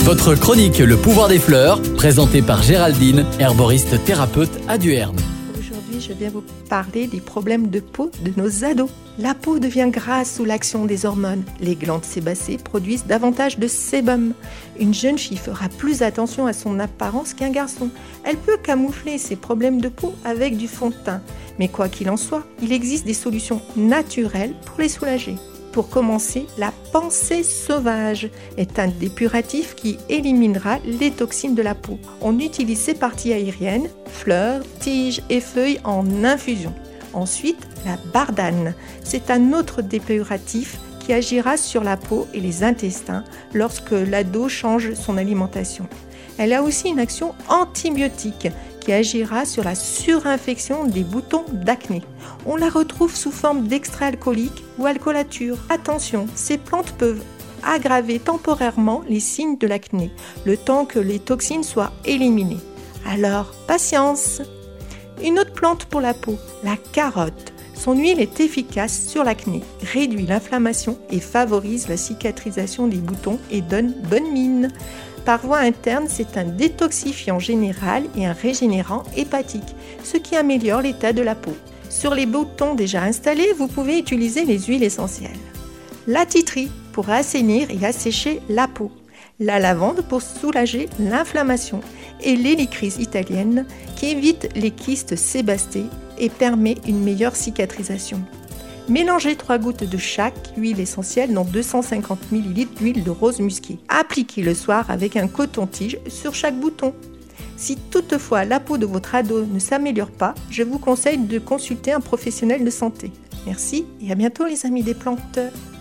Votre chronique Le pouvoir des fleurs, présentée par Géraldine, herboriste thérapeute à Duerne. Aujourd'hui, je viens vous parler des problèmes de peau de nos ados. La peau devient grasse sous l'action des hormones. Les glandes sébacées produisent davantage de sébum. Une jeune fille fera plus attention à son apparence qu'un garçon. Elle peut camoufler ses problèmes de peau avec du fond de teint. Mais quoi qu'il en soit, il existe des solutions naturelles pour les soulager. Pour commencer, la pensée sauvage est un dépuratif qui éliminera les toxines de la peau. On utilise ses parties aériennes, fleurs, tiges et feuilles en infusion. Ensuite, la bardane. C'est un autre dépuratif qui agira sur la peau et les intestins lorsque l'ado change son alimentation. Elle a aussi une action antibiotique qui agira sur la surinfection des boutons d'acné. On la retrouve sous forme d'extrait alcoolique ou alcoolature. Attention, ces plantes peuvent aggraver temporairement les signes de l'acné, le temps que les toxines soient éliminées. Alors, patience! Une autre plante pour la peau, la carotte. Son huile est efficace sur l'acné, réduit l'inflammation et favorise la cicatrisation des boutons et donne bonne mine. Par voie interne, c'est un détoxifiant général et un régénérant hépatique, ce qui améliore l'état de la peau. Sur les boutons déjà installés, vous pouvez utiliser les huiles essentielles. La titri pour assainir et assécher la peau. La lavande pour soulager l'inflammation. Et l'hélicryse italienne qui évite les kystes sébacés et permet une meilleure cicatrisation. Mélangez 3 gouttes de chaque huile essentielle dans 250 ml d'huile de rose musquée. Appliquez le soir avec un coton-tige sur chaque bouton. Si toutefois la peau de votre ado ne s'améliore pas, je vous conseille de consulter un professionnel de santé. Merci et à bientôt les amis des plantes.